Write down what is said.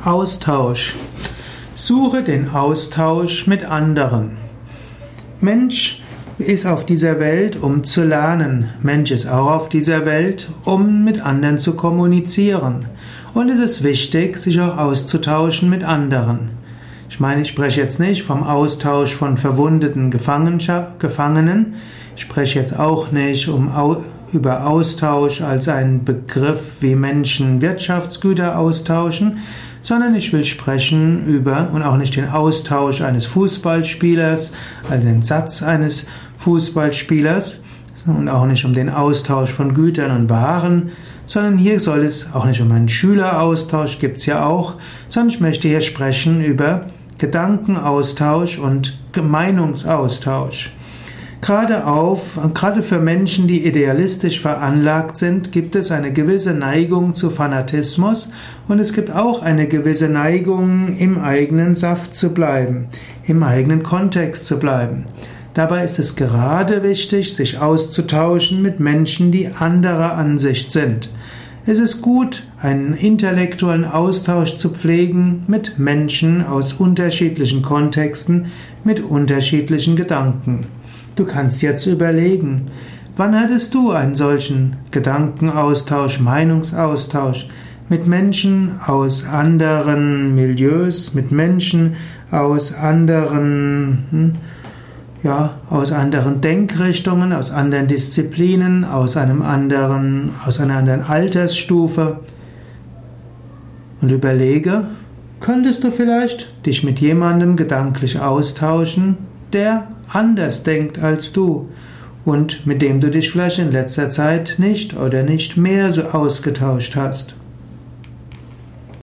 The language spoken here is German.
Austausch. Suche den Austausch mit anderen. Mensch ist auf dieser Welt, um zu lernen. Mensch ist auch auf dieser Welt, um mit anderen zu kommunizieren. Und es ist wichtig, sich auch auszutauschen mit anderen. Ich meine, ich spreche jetzt nicht vom Austausch von verwundeten Gefangenen. Ich spreche jetzt auch nicht über Austausch als einen Begriff, wie Menschen Wirtschaftsgüter austauschen, sondern ich will sprechen über, und auch nicht den Austausch eines Fußballspielers, also den Satz eines Fußballspielers, und auch nicht um den Austausch von Gütern und Waren, sondern hier soll es auch nicht um einen Schüleraustausch, gibt's ja auch, sondern ich möchte hier sprechen über Gedankenaustausch und Meinungsaustausch. Gerade für Menschen, die idealistisch veranlagt sind, gibt es eine gewisse Neigung zu Fanatismus und es gibt auch eine gewisse Neigung, im eigenen Saft zu bleiben, im eigenen Kontext zu bleiben. Dabei ist es gerade wichtig, sich auszutauschen mit Menschen, die anderer Ansicht sind. Es ist gut, einen intellektuellen Austausch zu pflegen mit Menschen aus unterschiedlichen Kontexten, mit unterschiedlichen Gedanken. Du kannst jetzt überlegen, wann hattest du einen solchen Gedankenaustausch, Meinungsaustausch mit Menschen aus anderen Milieus, mit Menschen aus anderen Denkrichtungen, aus anderen Disziplinen, aus einer anderen Altersstufe. Und überlege, könntest du vielleicht dich mit jemandem gedanklich austauschen, der anders denkt als du und mit dem du dich vielleicht in letzter Zeit nicht oder nicht mehr so ausgetauscht hast.